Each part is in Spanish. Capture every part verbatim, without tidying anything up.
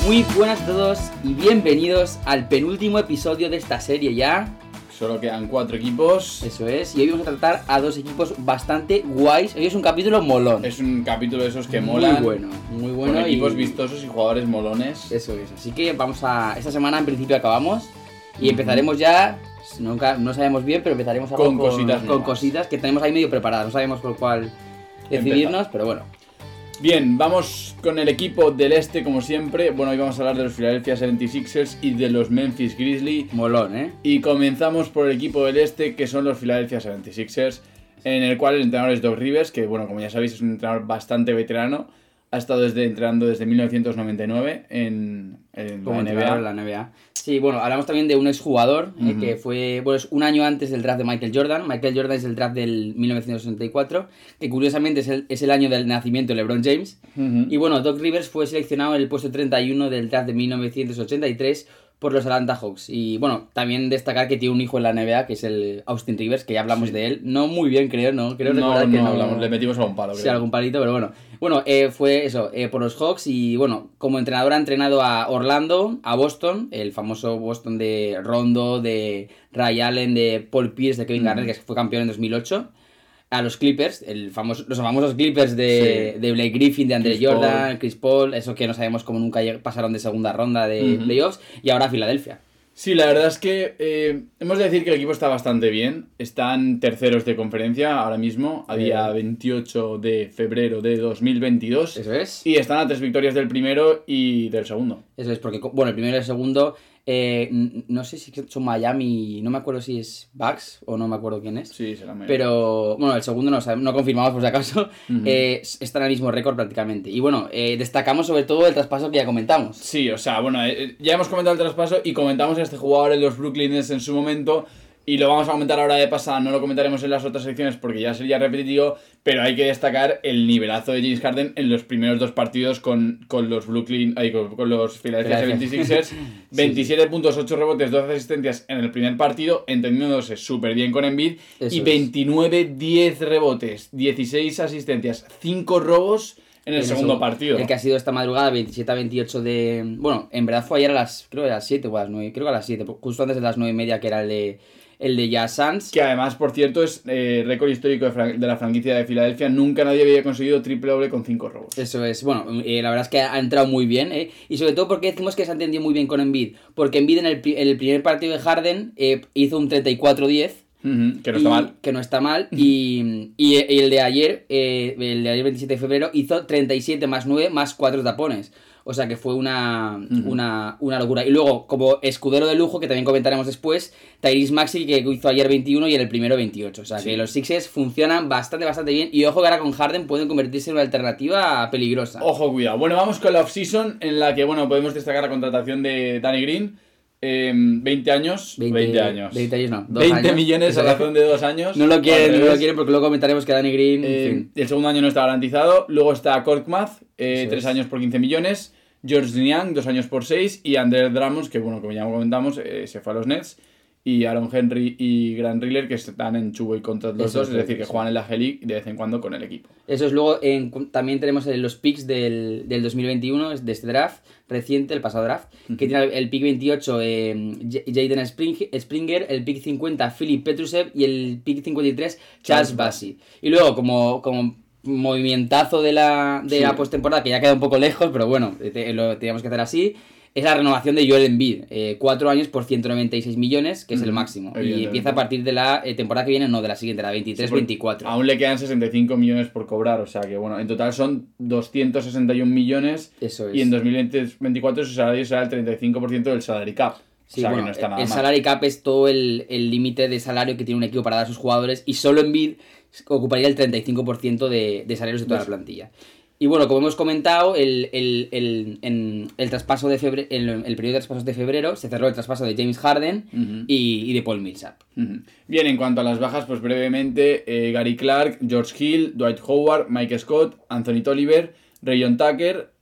Muy buenas a todos y bienvenidos al penúltimo episodio de esta serie ya. Solo quedan cuatro equipos. Eso es, y hoy vamos a tratar a dos equipos bastante guays. Hoy es un capítulo molón. Es un capítulo de esos que molan. Muy bueno, muy bueno. Con equipos y... vistosos y jugadores molones. Eso es, así que vamos a... Esta semana en principio acabamos y empezaremos ya... Nunca, no sabemos bien, pero empezaremos con, con cositas con cositas que tenemos ahí medio preparadas. No sabemos por cuál decidirnos, Empezar. pero bueno. Bien, vamos con el equipo del este como siempre. Bueno, hoy vamos a hablar de los Philadelphia setenta y seis ers y de los Memphis Grizzlies. Molón, ¿eh? Y comenzamos por el equipo del este, que son los Philadelphia setenta y seis ers, en el cual el entrenador es Doc Rivers, que bueno, como ya sabéis es un entrenador bastante veterano. Ha estado desde, entrenando desde mil novecientos noventa y nueve en, en como la N B A. En la N B A. Sí, bueno, hablamos también de un exjugador uh-huh. eh, que fue, bueno, es un año antes del draft de Michael Jordan. Michael Jordan es el draft del mil novecientos sesenta y cuatro, que curiosamente es el, es el año del nacimiento de LeBron James. Uh-huh. Y bueno, Doc Rivers fue seleccionado en el puesto treinta y uno del draft de mil novecientos ochenta y tres por los Atlanta Hawks. Y bueno, también destacar que tiene un hijo en la N B A, que es el Austin Rivers, que ya hablamos sí. de él. No muy bien, creo, ¿no? Creo no, recordar no, que no hablamos, le metimos a un palo. Sí, creo. algún palito, pero bueno. Bueno, eh, fue eso, eh, por los Hawks y bueno, como entrenador ha entrenado a Orlando, a Boston, el famoso Boston de Rondo, de Ray Allen, de Paul Pierce, de Kevin mm. Garnett, que fue campeón en dos mil ocho. A los Clippers, el famoso, los famosos Clippers de, sí. de Blake Griffin, de Andre Chris Jordan, Paul. Chris Paul, eso que no sabemos cómo nunca pasaron de segunda ronda de mm-hmm. playoffs, y ahora Filadelfia. Sí, la verdad es que eh, hemos de decir que el equipo está bastante bien. Están terceros de conferencia ahora mismo, a día veintiocho de febrero de dos mil veintidós. Eso es. Y están a tres victorias del primero y del segundo. Eso es, porque, bueno, el primero y el segundo, eh, no sé si son Miami, no me acuerdo si es Bucks o no me acuerdo quién es. Sí, será Miami. Pero, bueno, el segundo no, no confirmamos por si acaso, uh-huh. eh, están al mismo récord prácticamente. Y bueno, eh, destacamos sobre todo el traspaso que ya comentamos. Sí, o sea, bueno, eh, ya hemos comentado el traspaso y comentamos a este jugador en los Brooklyn Nets en su momento. Y lo vamos a comentar ahora de pasada, no lo comentaremos en las otras secciones porque ya sería repetitivo, pero hay que destacar el nivelazo de James Harden en los primeros dos partidos con, con los Brooklyn, ay, con, con los Philadelphia setenta y seis ers. veintisiete puntos, ocho rebotes, doce asistencias en el primer partido, entendiéndose súper bien con Embiid. Eso y veintinueve, diez rebotes, dieciséis asistencias, cinco robos en el, el segundo partido. El que ha sido esta madrugada, veintisiete a veintiocho de... Bueno, en verdad fue ayer a las... Creo que a las siete o a las nueve. Creo que a las siete, justo antes de las nueve y media, que era el de... El de Jazz Suns. Que además, por cierto, es eh, récord histórico de, fran- de la franquicia de Filadelfia. Nunca nadie había conseguido triple doble con cinco robos. Eso es. Bueno, eh, la verdad es que ha entrado muy bien. Eh, y sobre todo porque decimos que se ha entendido muy bien con Embiid. Porque Embiid en el, en el primer partido de Harden eh, hizo un treinta y cuatro diez. Uh-huh, que no está mal. Que no está mal. y, y, y el de ayer, eh, el de ayer veintisiete de febrero, hizo treinta y siete más nueve más cuatro tapones. O sea que fue una, uh-huh. una, una locura. Y luego, como escudero de lujo, que también comentaremos después, Tyrese Maxey, que hizo ayer veintiuno y en el primero veintiocho. O sea sí. que los Sixers funcionan bastante, bastante bien. Y ojo que ahora con Harden pueden convertirse en una alternativa peligrosa. Ojo, cuidado. Bueno, vamos con la off-season, en la que bueno podemos destacar la contratación de Danny Green. Eh, veinte años. veinte, veinte años. veinte años no. veinte años. millones a razón de dos años. No lo quieren, no lo quieren porque luego comentaremos que Danny Green. Eh, en fin. El segundo año no está garantizado. Luego está Korkmaz, eh, tres años por quince millones. George Niang, dos años por seis. Y Andre Drummond, que bueno, como ya comentamos, eh, se fue a los Nets. Y Aaron Henry y Grant Riller, que están en two-way contract los eso dos, es, es decir, que juegan en la G-League de vez en cuando con el equipo. Eso es. Luego en, también tenemos los picks del, del dos mil veintiuno, de este draft reciente, el pasado draft, uh-huh. que tiene el pick veintiocho eh, Jaden Spring, Springer, el pick cincuenta Filip Petrusev y el pick cincuenta y tres Charles Bassey. Y luego, como... como movimientazo de la, de sí. la postemporada, que ya queda un poco lejos, pero bueno, te, lo teníamos que hacer así, es la renovación de Joel Embiid, eh, cuatro años por ciento noventa y seis millones, que es mm, el máximo, y empieza a partir de la eh, temporada que viene, no, de la siguiente, la veintitrés veinticuatro. Sí, aún le quedan sesenta y cinco millones por cobrar, o sea que bueno, en total son doscientos sesenta y un millones. Eso es. Y en dos mil veinticuatro su salario será el treinta y cinco por ciento del salary cap. Sí, o sea, bueno, que no está nada el mal. salary cap es todo el límite de salario que tiene un equipo para dar a sus jugadores, y solo Embiid ocuparía el treinta y cinco por ciento de, de salarios de toda pues, la plantilla. Y bueno, como hemos comentado, el, el, el, el, el traspaso de febrero, el, el periodo de traspasos de febrero se cerró el traspaso de James Harden uh-huh. y, y de Paul Millsap. Uh-huh. Bien, en cuanto a las bajas, pues brevemente, eh, Gary Clark, George Hill, Dwight Howard, Mike Scott, Anthony Tolliver, Rayon Tucker,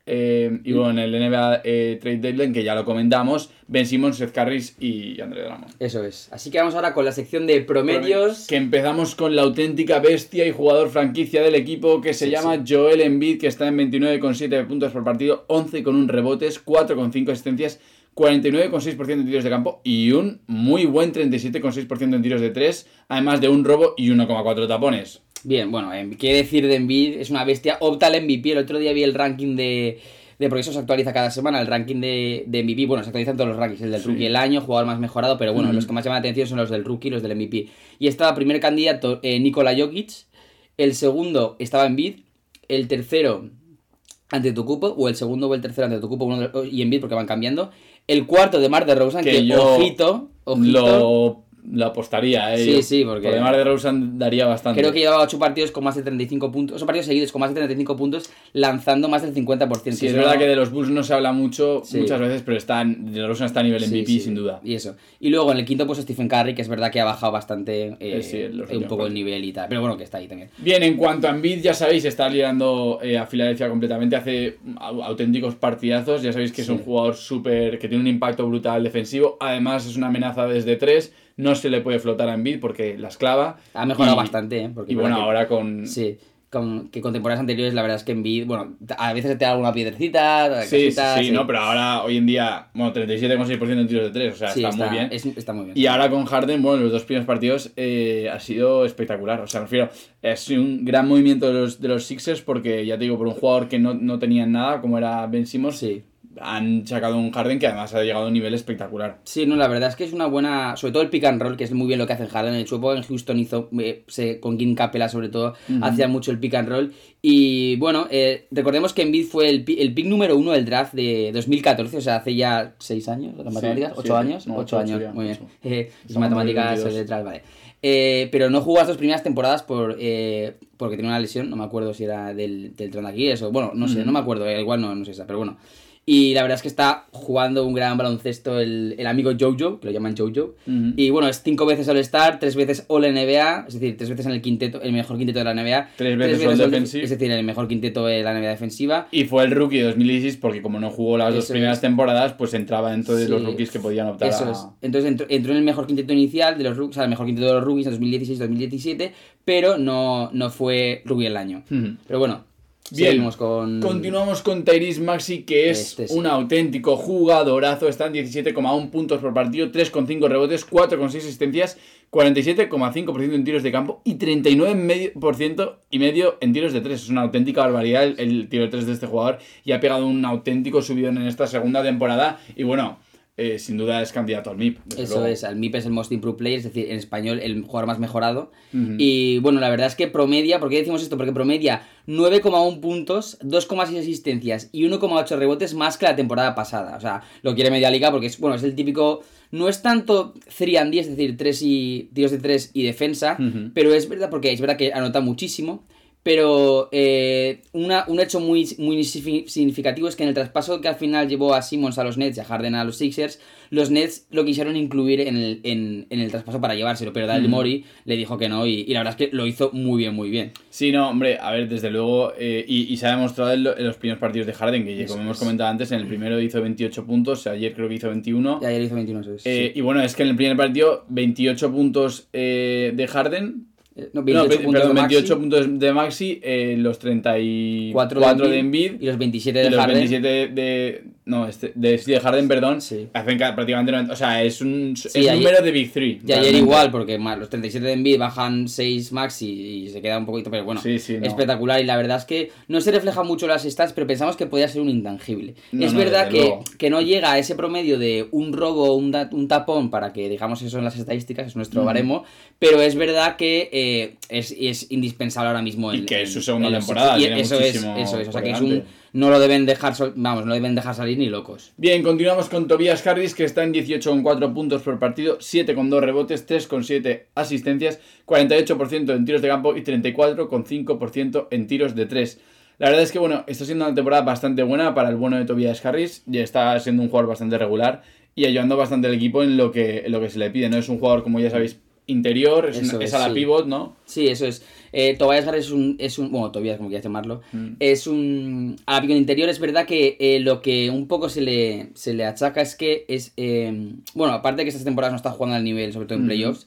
Eh, y bueno, en el N B A eh, Trade Deadline, que ya lo comentamos, Ben Simmons, Seth Curry y Andre Drummond. Eso es. Así que vamos ahora con la sección de promedios. Que empezamos con la auténtica bestia y jugador franquicia del equipo que se sí, llama sí. Joel Embiid, que está en veintinueve coma siete puntos por partido, once coma uno rebotes, cuatro coma cinco asistencias, cuarenta y nueve coma seis por ciento en tiros de campo y un muy buen treinta y siete coma seis por ciento en tiros de tres, además de un robo y uno coma cuatro tapones. Bien, bueno, ¿qué decir de Embiid? Es una bestia. Opta al M V P. El otro día vi el ranking de... de porque eso se actualiza cada semana, el ranking de, de M V P. Bueno, se actualizan todos los rankings. El del sí. rookie del año, jugador más mejorado, pero bueno, mm. los que más llaman la atención son los del rookie, los del M V P. Y estaba primer candidato eh, Nikola Jokic. El segundo estaba Embiid. El tercero Antetokounmpo. O el segundo o el tercero Antetokounmpo uno de, y Embiid, porque van cambiando. El cuarto de Mar DeRozan, que, que yo ojito, ojito. Lo... Lo apostaría, ¿eh? Sí, sí, porque... Por demás de DeRozan daría bastante. Creo que llevaba ocho partidos con más de treinta y cinco puntos. ocho partidos seguidos con más de treinta y cinco puntos, lanzando más del cincuenta por ciento. Sí, es verdad que de los Bulls no se habla mucho, sí. muchas veces, pero está, DeRozan está a nivel M V P, sí, sí. sin duda. Y eso. Y luego en el quinto puesto Stephen Curry, que es verdad que ha bajado bastante eh, sí, un poco el nivel y tal. Pero bueno, que está ahí también. Bien, en cuanto a Embiid, ya sabéis, está liderando eh, a Filadelfia completamente. Hace auténticos partidazos. Ya sabéis que es sí. un jugador súper... que tiene un impacto brutal defensivo. Además, es una amenaza desde tres. No se le puede flotar a Embiid porque las clava. Ha mejorado y, bastante, ¿eh? Porque y bueno, que, ahora con... Sí, con, que con temporadas anteriores la verdad es que Embiid, bueno, a veces te da alguna piedrecita, sí, casitas, sí, sí, no, pero ahora, hoy en día, bueno, treinta y siete coma seis por ciento en tiros de tres, o sea, sí, está, está muy bien. Es, está muy bien. Y ahora con Harden, bueno, los dos primeros partidos eh, ha sido espectacular, o sea, me refiero, es un gran movimiento de los, de los Sixers porque, ya te digo, por un jugador que no, no tenían nada, como era Ben Simmons, sí. han sacado un Harden que además ha llegado a un nivel espectacular. Sí, no, la verdad es que es una buena... Sobre todo el pick and roll, que es muy bien lo que hace Harden. En su época en Houston hizo... Eh, se, con Kim Capela, sobre todo, uh-huh. hacía mucho el pick and roll. Y bueno, eh, recordemos que Embiid fue el, el pick número uno del draft de dos mil catorce, o sea, hace ya seis años, ¿las matemáticas? ¿ocho años? No, ocho años, ya, muy bien. ocho. Eh, las matemáticas son letras, vale. Eh, pero no jugó las dos primeras temporadas por eh, porque tenía una lesión, no me acuerdo si era del, del trondaquíes o... Bueno, no sé, uh-huh. no me acuerdo, eh, igual no, no sé esa, pero bueno... Y la verdad es que está jugando un gran baloncesto el, el amigo Jojo, que lo llaman Jojo. Uh-huh. Y bueno, es cinco veces All-Star, tres veces All-N B A, es decir, tres veces en el quinteto, el mejor quinteto de la N B A. Tres veces, veces All-Defensive. Es decir, el mejor quinteto de la N B A defensiva. Y fue el rookie de dos mil dieciséis porque como no jugó las Eso dos primeras es. temporadas, pues entraba dentro de sí. los rookies que podían optar Eso a... es. Entonces entró, entró en el mejor quinteto inicial de los rookies, o sea, el mejor quinteto de los rookies en dos mil dieciséis dos mil diecisiete, pero no, no fue rookie del año. Uh-huh. Pero bueno... Bien, con... continuamos con Tyrese Maxey, que es este, sí. un auténtico jugadorazo. Está en diecisiete coma uno puntos por partido, tres coma cinco rebotes, cuatro coma seis asistencias, cuarenta y siete coma cinco por ciento en tiros de campo y treinta y nueve por ciento y medio en tiros de tres. Es una auténtica barbaridad el, el tiro de tres de este jugador y ha pegado un auténtico subidón en esta segunda temporada. Y bueno... Eh, sin duda es candidato al M I P. Eso luego. es, al M I P es el Most Improved Player, es decir, en español el jugador más mejorado. Uh-huh. Y bueno, la verdad es que promedia, ¿por qué decimos esto? Porque promedia nueve coma uno puntos, dos coma seis asistencias y uno coma ocho rebotes más que la temporada pasada. O sea, lo quiere media liga porque es, bueno, es el típico... No es tanto tres and D, es decir, tres y tiros de tres y defensa, uh-huh. pero es verdad porque es verdad que anota muchísimo. Pero eh, una, un hecho muy, muy significativo es que en el traspaso que al final llevó a Simmons a los Nets y a Harden a los Sixers, los Nets lo quisieron incluir en el, en, en el traspaso para llevárselo, pero Daryl mm. Morey le dijo que no y, y la verdad es que lo hizo muy bien, muy bien. Sí, no, hombre, a ver, desde luego, eh, y, y se ha demostrado en, lo, en los primeros partidos de Harden, que como hemos comentado antes, en el primero hizo veintiocho puntos, ayer creo que hizo veintiuno. Y ayer hizo veintiuno, eso es, eh, sí. Y bueno, es que en el primer partido, veintiocho puntos eh, de Harden... No, veintiocho, no, puntos, perdón, de veintiocho puntos de Maxey, eh, los treinta y cuatro de de Embiid y los veintisiete de y los Harden. veintisiete de, no, este, de, de Harden, perdón, sí. hacen prácticamente noventa, o sea, es un sí, es ayer, número de Big Three. Y realmente. Ayer igual, porque más, los treinta y siete de Embiid bajan seis Maxey y se queda un poquito, pero bueno, sí, sí, no. espectacular. Y la verdad es que no se refleja mucho las stats, pero pensamos que podía ser un intangible. No, es no, verdad que, luego. que no llega a ese promedio de un robo o un, un tapón para que digamos eso en las estadísticas, es nuestro mm. baremo, pero es verdad que eh, es, es indispensable ahora mismo en, y que es su en, segunda en temporada y tiene eso es eso es o sea que es un no lo deben dejar sol, vamos no lo deben dejar salir ni locos. Bien, continuamos con Tobias Harris, que está en dieciocho coma cuatro puntos por partido, siete coma dos rebotes, tres coma siete asistencias, cuarenta y ocho por ciento en tiros de campo y treinta y cuatro coma cinco por ciento en tiros de tres. La verdad es que bueno, está siendo una temporada bastante buena para el bueno de Tobias Harris, ya está siendo un jugador bastante regular y ayudando bastante al equipo en lo que en lo que se le pide, no es un jugador, como ya sabéis, interior, es, Eso una, es es, a la sí. pivot, ¿no? Sí, eso es. Eh, Tobias Harris es un, es un... Bueno, Tobias, como quieras llamarlo. Mm. Es un... A la pivot interior es verdad que eh, lo que un poco se le, se le achaca es que es... Eh, bueno, aparte de que estas temporadas no está jugando al nivel, sobre todo en Mm. playoffs,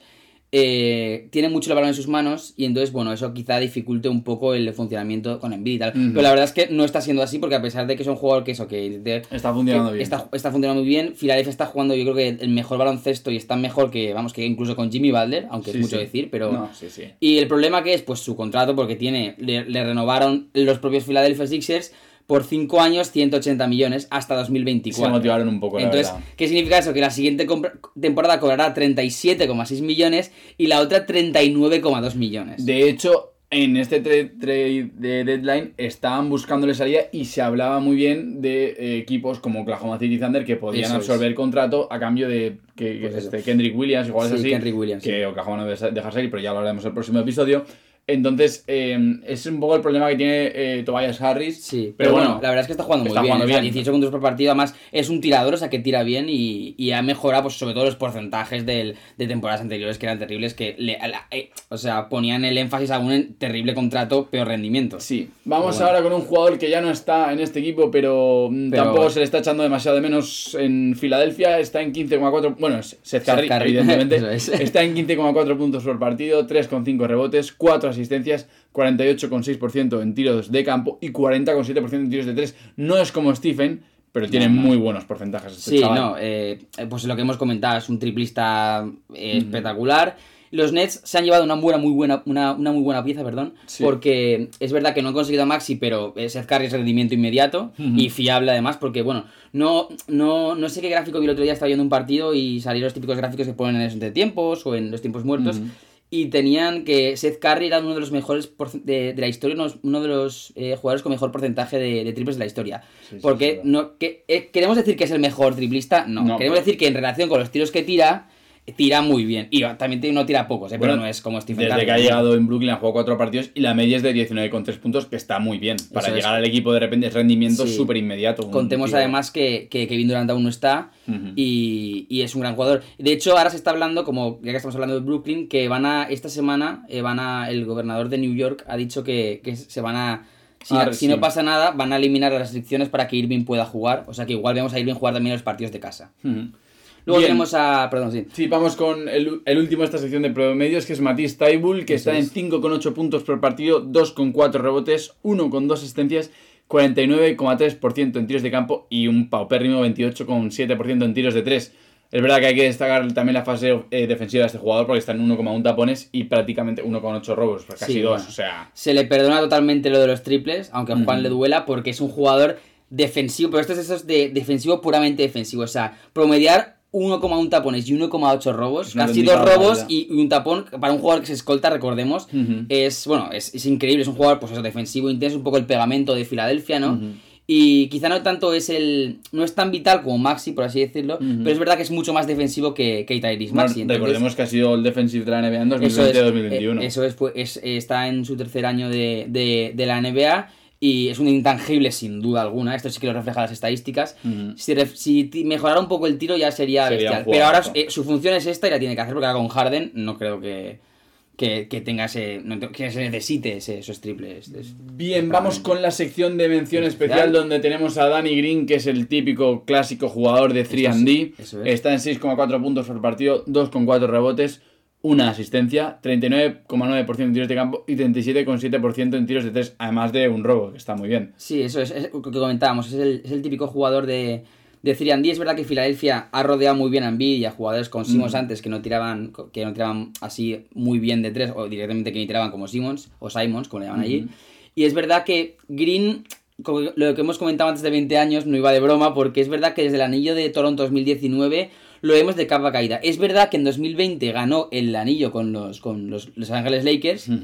eh, tiene mucho el balón en sus manos y entonces, bueno, eso quizá dificulte un poco el funcionamiento con Embiid y tal. Mm. Pero la verdad es que no está siendo así porque a pesar de que es un jugador que eso, que... de- Está funcionando que bien. Está, está funcionando muy bien. Philadelphia está jugando, yo creo que el mejor baloncesto y está mejor que, vamos, que incluso con Jimmy Butler, aunque Sí, es mucho sí. decir, pero... No, sí, sí. Y el problema que es, pues su contrato, porque tiene, le, le renovaron los propios Philadelphia Sixers por cinco años, ciento ochenta millones hasta dos mil veinticuatro. Se motivaron un poco, la Entonces, verdad. ¿qué significa eso? Que la siguiente compra- temporada cobrará treinta y siete coma seis millones y la otra treinta y nueve coma dos millones. De hecho, en este tra- trade de deadline estaban buscándole salida y se hablaba muy bien de eh, equipos como Oklahoma City Thunder que podían Eso es. absorber el contrato a cambio de que, que Pues eso. este Kendrick Williams, igual Sí, es así, Kendrick Williams, que sí. Oklahoma no debe dejar salir, pero ya lo hablaremos en el próximo episodio. Entonces, eh, es un poco el problema que tiene eh, Tobias Harris. Sí, pero, pero bueno, bueno, la verdad es que está jugando muy está bien. jugando o sea, bien. dieciocho puntos por partido, además es un tirador, o sea que tira bien y, y ha mejorado, pues sobre todo los porcentajes del, de temporadas anteriores que eran terribles, que le, a la- eh, o sea, ponían el énfasis aún en terrible contrato, peor rendimiento. Sí, vamos Bueno. ahora con un jugador que ya no está en este equipo, pero, mm, Pero- tampoco se le está echando demasiado de menos en Filadelfia. Está en quince coma cuatro. Bueno, es Seth Curry, Curry. evidentemente. Eso es. Está en quince coma cuatro puntos por partido, tres coma cinco rebotes, cuatro asistencias, cuarenta y ocho coma seis por ciento en tiros de campo y cuarenta coma siete por ciento en tiros de tres. No es como Stephen, pero tiene No, no. muy buenos porcentajes. Este Sí, chaval. no, eh, pues lo que hemos comentado, es un triplista eh, espectacular. Los Nets se han llevado una buena, muy buena, una, una muy buena pieza, perdón, Sí. porque es verdad que no han conseguido a Maxi, pero eh, Seth Curry es rendimiento inmediato Ujú. y fiable además, porque bueno, no, no, no sé qué gráfico vi el otro día, estaba viendo un partido y salieron los típicos gráficos que ponen en los entretiempos o en los tiempos muertos. Ujú. Y tenían que Seth Curry era uno de los mejores por- de, de la historia, uno, uno de los eh, jugadores con mejor porcentaje de, de triples de la historia. Sí, sí, Porque sí, no que, eh, queremos decir que es el mejor triplista, no. No, Queremos pero- decir que en relación con los tiros que tira, tira muy bien. Y también tiene- no tira pocos, eh, Bueno, pero no es como Stephen Desde Curry. que ha llegado en Brooklyn ha jugado cuatro partidos y la media es de diecinueve coma tres puntos, que está muy bien. Para Eso es. llegar al equipo de repente es rendimiento Sí. súper inmediato. un Contemos tío- además que, que Kevin Durant aún no está Ujú. y, y es un gran jugador. De hecho, ahora se está hablando, como ya que estamos hablando de Brooklyn, que van a, esta semana, eh, van a, el gobernador de New York ha dicho que, que se van a, si, Ah, si sí. no pasa nada, van a eliminar las restricciones para que Irving pueda jugar. O sea que igual vemos a Irving jugar también los partidos de casa. Ujú. Luego Bien. tenemos a, perdón, sí. Sí, vamos con el, el último de esta sección de promedios, que es Matisse Thybulle, que Eso está en es. cinco coma ocho puntos por partido, dos coma cuatro rebotes, uno coma dos asistencias, cuarenta y nueve coma tres por ciento en tiros de campo y un paupérrimo veintiocho coma siete por ciento en tiros de tres. Es verdad que hay que destacar también la fase eh, defensiva de este jugador, porque está en uno coma uno tapones y prácticamente uno coma ocho robos, pues casi Sí, dos, bueno. o sea... Se le perdona totalmente lo de los triples, aunque a Juan Ujú. le duela, porque es un jugador defensivo, pero esto es eso de defensivo puramente defensivo, o sea, promediar uno coma uno tapones y uno coma ocho robos, Es una casi dos auténtica robos barbaridad. y un tapón para un jugador que se escolta, recordemos, Ujú. es, bueno, es, es increíble, es un jugador, pues eso, defensivo, intenso, un poco el pegamento de Filadelfia, ¿no? Ujú. Y quizá no tanto es el, no es tan vital como Maxi, por así decirlo, Ujú. pero es verdad que es mucho más defensivo que, que Tyrese Bueno, Maxi. entonces- recordemos que ha sido el defensive de la N B A en dos mil eso veinte es, dos mil veintiuno. eh, eso es, pues, es- está en su tercer año de, de, de la N B A y es un intangible sin duda alguna. Esto sí que lo refleja las estadísticas. Ujú. Si, ref- si ti- mejorara un poco el tiro ya sería, Sería bestial. un Pero ahora jugadorazo. eh, su función es esta y la tiene que hacer porque ahora con Harden no creo que, que, que tenga ese, no te- que se necesite ese, esos triples. Es- Bien, vamos con la sección de mención especial Especial. donde tenemos a Danny Green, que es el típico clásico jugador de tres Esto and sí, D. eso es. Está en seis coma cuatro puntos por partido, dos coma cuatro rebotes, una asistencia, treinta y nueve coma nueve por ciento en tiros de campo y treinta y siete coma siete por ciento en tiros de tres, además de un robo, que está muy bien. Sí, eso es, es lo que comentábamos, es el, es el típico jugador de, de tres and D. Es verdad que Filadelfia ha rodeado muy bien a Embiid y a jugadores con Simmons Mm. antes que no tiraban que no tiraban así muy bien de tres o directamente que ni tiraban como Simmons o Simons, como le llaman allí. Ujú. Y es verdad que Green, como lo que hemos comentado antes de veinte años, no iba de broma porque es verdad que desde el anillo de Toronto dos mil diecinueve lo vemos de capa caída. Es verdad que en dos mil veinte ganó el anillo con los, con los Los Ángeles Lakers, Ujú.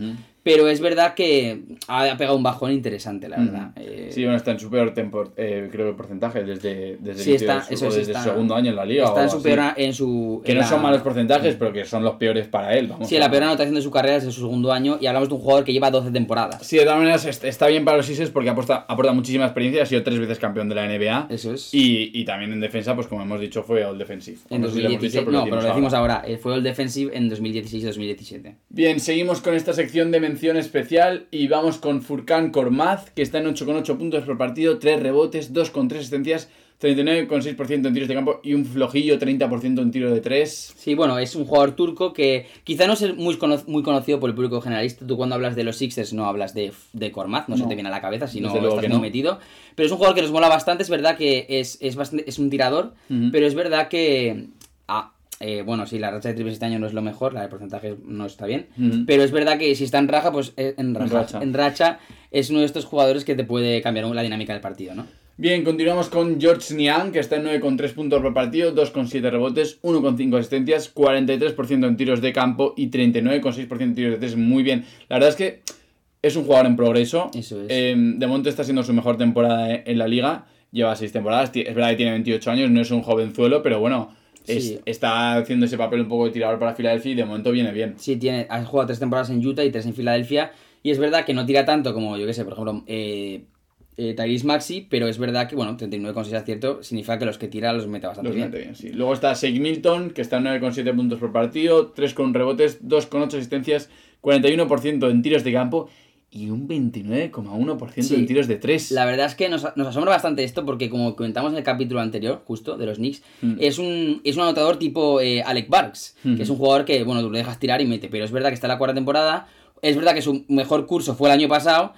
Pero es verdad que ha pegado un bajón interesante, la verdad. Mm. Eh, sí, bueno, está en su peor tempo, eh, creo que porcentaje desde, desde, sí, el, está, su, eso es, desde está, su segundo año en la liga. Está o en su así. peor en su... Que en no la... son malos porcentajes, pero que son los peores para él. Vamos sí, a... la peor anotación de su carrera es de su segundo año y hablamos de un jugador que lleva doce temporadas. Sí, de todas maneras está bien para los Sixers porque aporta, aporta muchísima experiencia, ha sido tres veces campeón de la N B A. Eso es. Y, y también en defensa, pues como hemos dicho, fue All Defensive. En no dos mil dieciséis, dicho, pero no, lo pero lo ahora. decimos ahora. Eh, fue All Defensive en dos mil dieciséis y dos mil diecisiete. Bien, seguimos con esta sección de mención especial y vamos con Furkan Korkmaz, que está en ocho coma ocho puntos por partido, tres rebotes, dos coma tres asistencias, treinta y nueve coma seis por ciento en tiros de campo y un flojillo treinta por ciento en tiro de tres. Sí, bueno, es un jugador turco que quizá no es muy, cono muy conocido por el público generalista. Tú cuando hablas de los Sixers no hablas de, de Korkmaz, no, no se te viene a la cabeza si no estás muy no. metido. Pero es un jugador que nos mola bastante, es verdad que es, es, bastante, es un tirador, uh-huh. pero es verdad que... Ah, Eh, bueno, sí, la racha de triples este año no es lo mejor, la de porcentaje no está bien, mm-hmm. pero es verdad que si está en raja, pues eh, en, raja, en, racha. en racha es uno de estos jugadores que te puede cambiar la dinámica del partido, ¿no? Bien, continuamos con Georges Niang, que está en nueve coma tres puntos por partido, dos coma siete rebotes, uno coma cinco asistencias, cuarenta y tres por ciento en tiros de campo y treinta y nueve coma seis por ciento en tiros de tres, muy bien. La verdad es que es un jugador en progreso. Eso es. Eh, de momento está siendo su mejor temporada en la liga, lleva seis temporadas, es verdad que tiene veintiocho años, no es un jovenzuelo, pero bueno... Es, sí. Está haciendo ese papel un poco de tirador para Filadelfia y de momento viene bien. Sí, tiene, ha jugado tres temporadas en Utah y tres en Filadelfia. Y es verdad que no tira tanto como, yo qué sé, por ejemplo, eh, eh, Tyrese Maxey, pero es verdad que, bueno, treinta y nueve coma seis acierto significa que los que tira los mete bastante los bien. Mete bien sí. Luego está Shake Milton, que está en nueve coma siete puntos por partido, tres con rebotes, dos coma ocho asistencias, cuarenta y uno por ciento en tiros de campo y un veintinueve coma uno por ciento sí, en tiros de tres. La verdad es que nos, nos asombra bastante esto porque, como comentamos en el capítulo anterior, justo, de los Knicks, mm. es un es un anotador tipo eh, Alec Burks, mm-hmm. que es un jugador que, bueno, tú lo dejas tirar y mete, pero es verdad que está en la cuarta temporada, es verdad que su mejor curso fue el año pasado,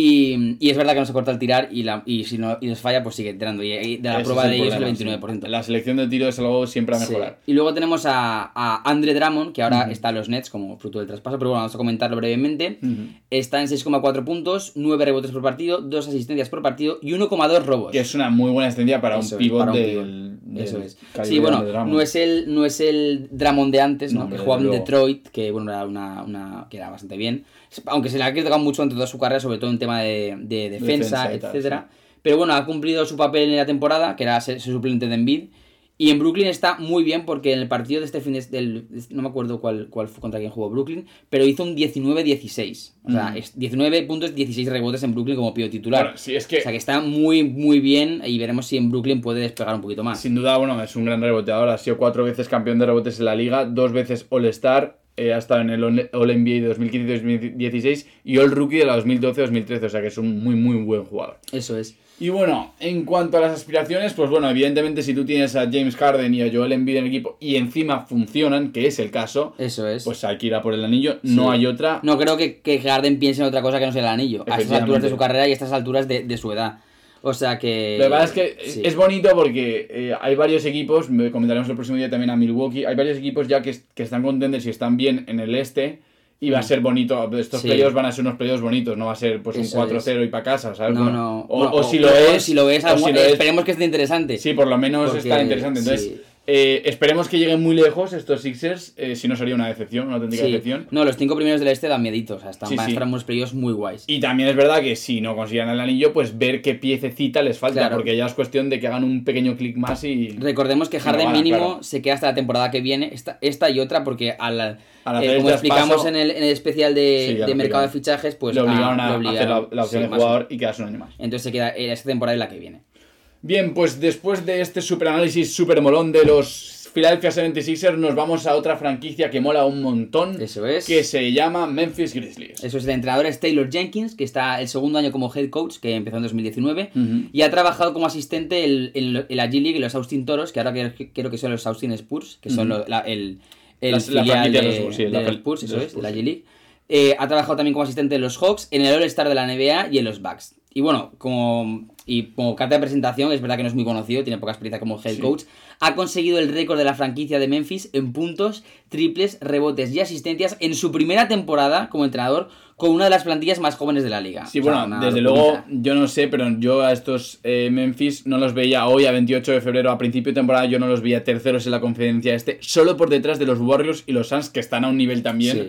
y, y es verdad que no se corta el tirar y, la, y si no y nos falla, pues sigue tirando. Y, y de la Ese prueba es de ellos es el veintinueve por ciento. Sí. La selección de tiro es algo siempre a mejorar. Sí. Y luego tenemos a, a Andre Drummond, que ahora uh-huh. está en los Nets como fruto del traspaso, pero bueno, vamos a comentarlo brevemente. Uh-huh. Está en seis coma cuatro puntos, nueve rebotes por partido, dos asistencias por partido y uno coma dos robos. Que es una muy buena asistencia para Eso un pivot para un del, del Eso es. Sí, bueno, no es el no es el Drummond de antes, ¿no? no que jugaba en Detroit, que bueno, era una, una que era bastante bien. Aunque se le ha criticado mucho entre toda su carrera, sobre todo en tema de, de defensa, defensa etcétera. Tal, sí. Pero bueno, ha cumplido su papel en la temporada, que era ser, ser suplente de Embiid. Y en Brooklyn está muy bien porque en el partido de este fin de, del, no me acuerdo cuál, cuál fue contra quién jugó Brooklyn, pero hizo un diecinueve dieciséis. O sea, mm. es diecinueve puntos, dieciséis rebotes en Brooklyn como pivot titular. Bueno, sí, es que... O sea, que está muy, muy bien y veremos si en Brooklyn puede despegar un poquito más. Sin duda, bueno, es un gran reboteador. Ha sido cuatro veces campeón de rebotes en la liga, dos veces All-Star. Eh, ha estado en el All-N B A de dos mil quince y dos mil dieciséis y All-Rookie de la dos mil doce dos mil trece, o sea que es un muy muy buen jugador. Eso es. Y bueno, en cuanto a las aspiraciones, pues bueno, evidentemente si tú tienes a James Harden y a Joel Embiid en el equipo y encima funcionan, que es el caso, eso es, pues hay que ir a por el anillo, sí. No hay otra. No creo que, que Harden piense en otra cosa que no sea el anillo, a estas alturas de su carrera y a estas alturas de, de su edad. O sea que... La verdad es que sí. Es bonito porque eh, hay varios equipos, me comentaremos el próximo día también a Milwaukee, hay varios equipos ya que, que están contenders y están bien en el este y va a ser bonito, estos sí. playoffs van a ser unos playoffs bonitos, no va a ser pues un cuatro cero y para casa, ¿sabes? No, bueno, no. O, no, o, o si o, lo o, es... Si lo es, algo, si lo eh, es esperemos que esté interesante. Sí, por lo menos porque, está interesante, entonces... Sí. Eh, esperemos que lleguen muy lejos estos Sixers, eh, si no sería una decepción, una auténtica sí. decepción. No, los cinco primeros del este dan miedito, o sea, están, sí, van a sí. estar unos playoffs muy guays. Y también es verdad que si no consigan el anillo, pues ver qué piececita les falta, claro. Porque ya es cuestión de que hagan un pequeño clic más y... Recordemos que Harden mínimo claro. se queda hasta la temporada que viene, esta, esta y otra, porque al, al eh, como explicamos paso, en, el, en el especial de, sí, de mercado de fichajes, pues le obligaron a, a, le obligaron, a hacer la, la opción sí, de jugador y quedarse un año más. Entonces se queda esta temporada y la que viene. Bien, pues después de este super análisis super molón de los Philadelphia setenta y seis ers, nos vamos a otra franquicia que mola un montón. Eso es. Que se llama Memphis Grizzlies. Eso es, el entrenador es Taylor Jenkins, que está el segundo año como head coach, que empezó en dos mil diecinueve, uh-huh. y ha trabajado como asistente en, en, en la G League y los Austin Toros, que ahora creo que son los Austin Spurs, que uh-huh. son lo, la, el, el Las, filial la de, de, los, sí, de la, los Spurs, eso de los es, Spurs, de la sí. G League. Eh, ha trabajado también como asistente de los Hawks, en el All-Star de la N B A y en los Bucks. Y bueno, como, y como carta de presentación, es verdad que no es muy conocido, tiene poca experiencia como head sí. coach. Ha conseguido el récord de la franquicia de Memphis en puntos, triples, rebotes y asistencias en su primera temporada como entrenador con una de las plantillas más jóvenes de la liga. Sí, o sea, bueno, desde luego, yo no sé, pero yo a estos eh, Memphis no los veía hoy, a veintiocho de febrero, a principio de temporada, yo no los veía terceros en la conferencia este, solo por detrás de los Warriors y los Suns, que están a un nivel también... Sí.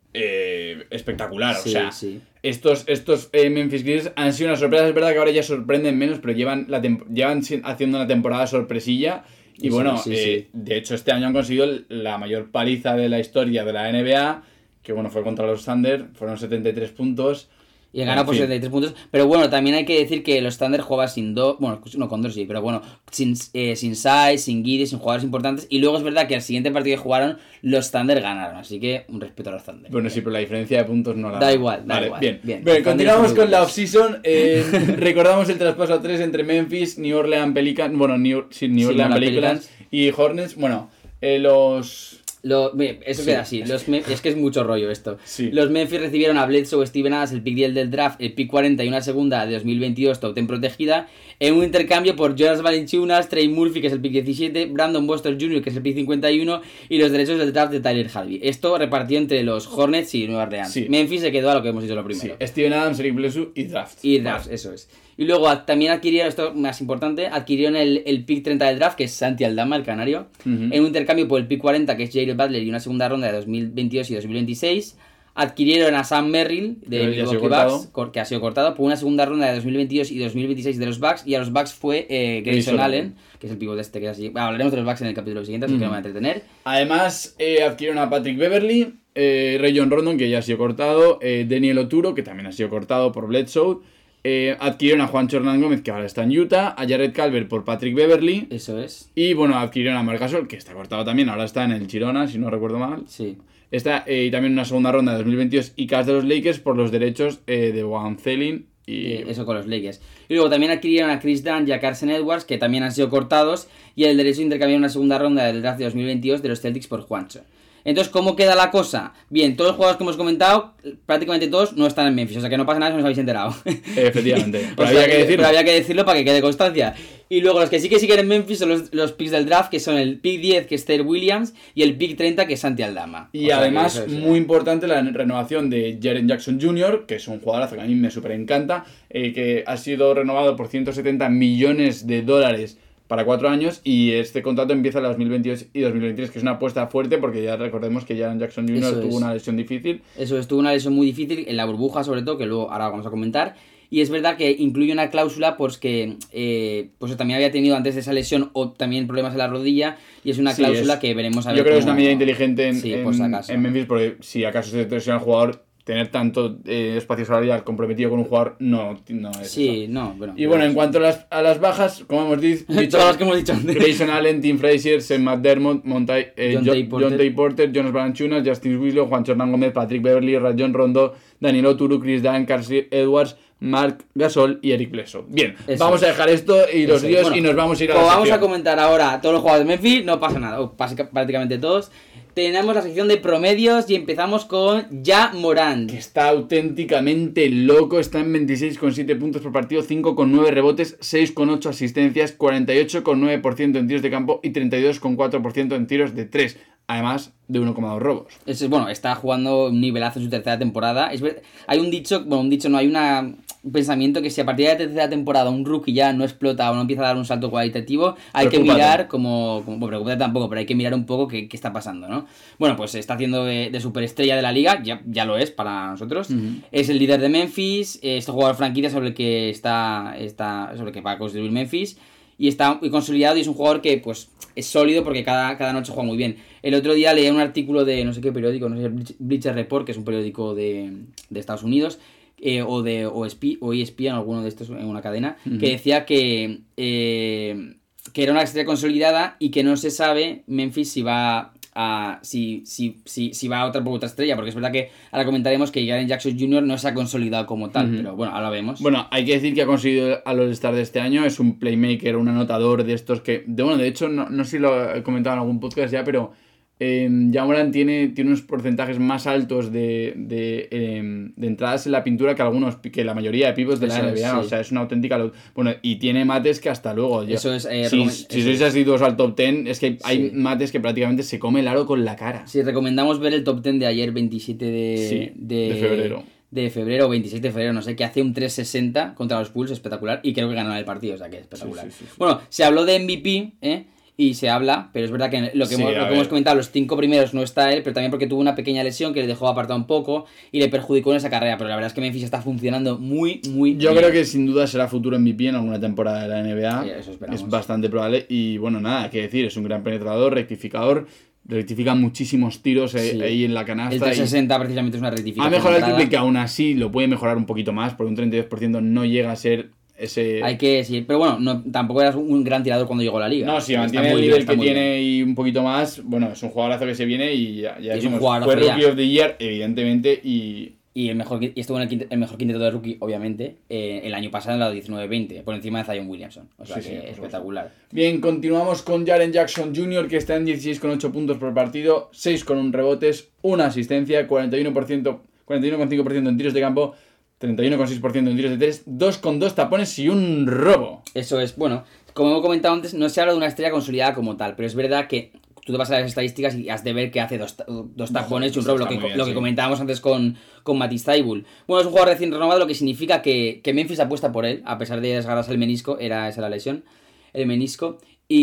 eh, espectacular. Sí, o sea, sí. estos, estos eh, Memphis Grizzlies han sido una sorpresa. Es verdad que ahora ya sorprenden menos, pero llevan, la tem- llevan haciendo una temporada sorpresilla. Y Eso, bueno, sí, eh, sí. de hecho este año han conseguido la mayor paliza de la historia de la N B A, que bueno, fue contra los Thunder, fueron setenta y tres puntos. Y ganó por setenta y tres puntos. Pero bueno, también hay que decir que los Thunder jugaban sin dos. Bueno, no con dos sí, pero bueno, sin, eh, sin Sai, sin Giddey, sin jugadores importantes. Y luego es verdad que al siguiente partido que jugaron, los Thunder ganaron. Así que un respeto a los Thunder. Bueno, sí, pero la diferencia de puntos no la Da igual, da vale, igual. Bien, bien. bien. Continuamos con la Thunder offseason. Eh, recordamos el traspaso a tres entre Memphis, New Orleans Pelicans. Bueno, New, sí, New Sí, Orleans no, Pelicans Pelicans. y Hornets. Bueno, eh, los. Lo, eso Sí. queda así. Los Mem- es que es mucho rollo esto. Sí. Los Memphis recibieron a Bledsoe, Steven Adams, el pick diez del draft, el pick cuarenta y una segunda de dos mil veintidós, top ten protegida, en un intercambio por Jonas Valanciunas, Trey Murphy, que es el pick diecisiete, Brandon Buster junior, que es el pick cincuenta y uno, y los derechos del draft de Tyler Harvey. Esto repartido entre los Hornets y Nueva Orleans. Sí. Memphis se quedó a lo que hemos dicho lo Sí, primero. Steven Adams, Eric Bledsoe y draft. Y draft, Vale. eso es. Y luego a- también adquirieron, esto más importante, adquirieron el, el pick treinta del draft, que es Santi Aldama, el canario, Ujú. en un intercambio por el pick cuarenta, que es Jared Butler, y una segunda ronda de dos mil veintidós y dos mil veintiséis. Adquirieron a Sam Merrill, de Que ya ha sido Milwaukee cortado. Bucks, cor- que ha sido cortado, por una segunda ronda de dos mil veintidós y dos mil veintiséis de los Bucks, y a los Bucks fue eh, Grayson Grayson Allen, que es el pivot este que es así. Bueno, hablaremos de los Bucks en el capítulo siguiente, así que no me voy a entretener. Además, eh, adquirieron a Patrick Beverly, eh, Rajon Rondon, que ya ha sido cortado, eh, Daniel Oturo, que también ha sido cortado por Bledsoe. Eh, adquirieron a Juancho Hernán Gómez, que ahora está en Utah, a Jared Calvert por Patrick Beverly. Eso es, Y bueno, adquirieron a Marc Gasol, que está cortado también, ahora está en el Girona, si no recuerdo mal. sí. Está, eh, y también una segunda ronda de dos mil veintidós y Cavs de los Lakers por los derechos eh, de Van Zelin y... Eh, eso con los Lakers. Y luego también adquirieron a Chris Dunn y a Carson Edwards, que también han sido cortados, y el derecho de intercambiar una segunda ronda del draft de dos mil veintidós de los Celtics por Juancho. Entonces, ¿cómo queda la cosa? Bien, todos los jugadores que hemos comentado, prácticamente todos no están en Memphis, o sea que no pasa nada si no os habéis enterado. Efectivamente, O pero sea, había que decirlo. pero había que decirlo para que quede constancia. Y luego los que sí que siguen en Memphis son los, los picks del draft, que son el pick diez, que es Ter Williams, y el pick treinta, que es Santi Aldama. Y O sea, que además, eso es, muy importante, la renovación de Jaren Jackson junior, que es un jugadorazo que a mí me súper encanta, eh, que ha sido renovado por ciento setenta millones de dólares para cuatro años, y este contrato empieza en dos mil veintidós y dos mil veintitrés, que es una apuesta fuerte, porque ya recordemos que Jaren Jackson junior Eso tuvo es. una lesión difícil. Eso estuvo una lesión muy difícil, en la burbuja sobre todo, que luego ahora vamos a comentar. Y es verdad que incluye una cláusula pues que eh, pues también había tenido antes de esa lesión o también problemas en la rodilla, y es una Sí, cláusula es- que veremos a ver Yo creo que es cómo- una medida inteligente en, Sí, en- por si acaso. en Memphis, porque si acaso se lesiona el jugador, tener tanto eh, espacio salarial comprometido con un jugador no, no es Sí, eso. no, bueno. Y bueno, en cuanto a las, a las bajas, como hemos dicho, Todas las que hemos dicho antes. Grayson Allen, Tim Frazier, Sam McDermott, Monty, eh, John John, Tay Porter. John Tay Porter, Jonas Valanciunas, Justin Winslow, Juan Hernán Gómez, Patrick Beverly, Rajon Rondo, Daniel Oturu, Chris Dunn, Carson Edwards, Marc Gasol y Eric Bledsoe. Bien, Eso vamos es. a dejar esto y los Eso es. líos Bueno, y nos vamos a ir a Como la vamos a sección. comentar ahora todos los jugadores de Memphis, no pasa nada, o básica- prácticamente todos. Tenemos la sección de promedios y empezamos con Ja Morant. Que está auténticamente loco, está en veintiséis coma siete puntos por partido, cinco coma nueve rebotes, seis coma ocho asistencias, cuarenta y ocho coma nueve por ciento en tiros de campo y treinta y dos coma cuatro por ciento en tiros de tres, además de uno coma dos robos. Es, bueno, está jugando un nivelazo en su tercera temporada. Es ver- hay un dicho, bueno, un dicho, no, hay una, un pensamiento que si a partir de la tercera temporada un rookie ya no explota o no empieza a dar un salto cualitativo, hay que Preocúpate. mirar como, como bueno, preocúpate tampoco, pero hay que mirar un poco qué, qué está pasando, ¿no? Bueno, pues está haciendo de, de superestrella de la liga, ya, ya lo es para nosotros. Ujú. Es el líder de Memphis, eh, este jugador franquicia sobre el que está, está sobre el que va a construir Memphis. Y está muy consolidado y es un jugador que pues es sólido porque cada, cada noche juega muy bien. El otro día leí un artículo de no sé qué periódico, no sé, Bleach- Bleacher Report, que es un periódico de, de Estados Unidos, eh, o de o, E S P, o E S P N, alguno de estos en una cadena, Ujú. que decía que, eh, que era una estrella consolidada y que no se sabe Memphis si va a si, si, si, si va a otra por otra estrella, porque es verdad que ahora comentaremos que Jaren Jackson junior no se ha consolidado como tal, Ujú. pero bueno, ahora vemos. Bueno, hay que decir que ha conseguido a los Stars de este año, es un playmaker, un anotador de estos que... De, bueno, de hecho, no, no sé si lo he comentado en algún podcast ya, pero eh, Ja Morant tiene, tiene unos porcentajes más altos de, de, eh, de entradas en la pintura que algunos que la mayoría de pibos de la Eso N B A, es, sí. o sea, es una auténtica... lo- Bueno, y tiene mates que hasta luego... yo- Eso es, eh, si recomen- si eso sois es. asiduos al top diez, es que hay Sí. mates que prácticamente se come el aro con la cara. Sí, recomendamos ver el top diez de ayer, veintisiete de, Sí, de, de febrero. De febrero o veintiséis de febrero, no sé, que hace un tres sesenta contra los Bulls, espectacular, y creo que ganaron el partido, o sea que es espectacular. Sí, sí, sí, sí. Bueno, se habló de M V P, ¿eh? y se habla, pero es verdad que lo que, Sí, hemos, a lo que ver. hemos comentado, los cinco primeros no está él, pero también porque tuvo una pequeña lesión que le dejó apartado un poco y le perjudicó en esa carrera, pero la verdad es que Memphis está funcionando muy, muy Yo bien. creo que sin duda será futuro M V P en alguna temporada de la N B A. Sí, eso esperamos. Es bastante probable. Y bueno, nada, que decir, es un gran penetrador, rectificador, rectifica muchísimos tiros eh, Sí. ahí en la canasta. El y trescientos sesenta precisamente es una rectificación. ha mejorado el entrada. triple, que aún así lo puede mejorar un poquito más, porque un treinta y dos por ciento no llega a ser ese... Hay que decir, pero bueno, no, tampoco eras un gran tirador cuando llegó a la liga. No, si Está mantiene muy el bien, nivel está que muy tiene bien. y un poquito más, bueno, es un jugadorazo que se viene y ya, ya Es un decimos, jugadorazo fue ya. Rookie of the Year, evidentemente, y... Y, el mejor, y estuvo en el, quinte- el mejor quinteto de rookie, obviamente, eh, el año pasado en la diecinueve veinte, por encima de Zion Williamson. O sea Sí, que sí, por espectacular. Bien, continuamos con Jaren Jackson junior, que está en dieciséis coma ocho puntos por partido, seis coma uno rebotes, una asistencia, cuarenta y uno por ciento, cuarenta y uno coma cinco por ciento en tiros de campo, treinta y uno coma seis por ciento en tiros de tres, dos coma dos tapones y un robo. Eso es, bueno, como hemos comentado antes, no se habla de una estrella consolidada como tal, pero es verdad que tú te vas a las estadísticas y has de ver que hace dos, ta- dos tapones y un eso robo, lo está que, muy bien, lo que sí. comentábamos antes con, con Matisse Thybulle. Bueno, es un jugador recién renovado, lo que significa que, que Memphis apuesta por él, a pesar de desgarrarse el menisco, era esa la lesión, el menisco.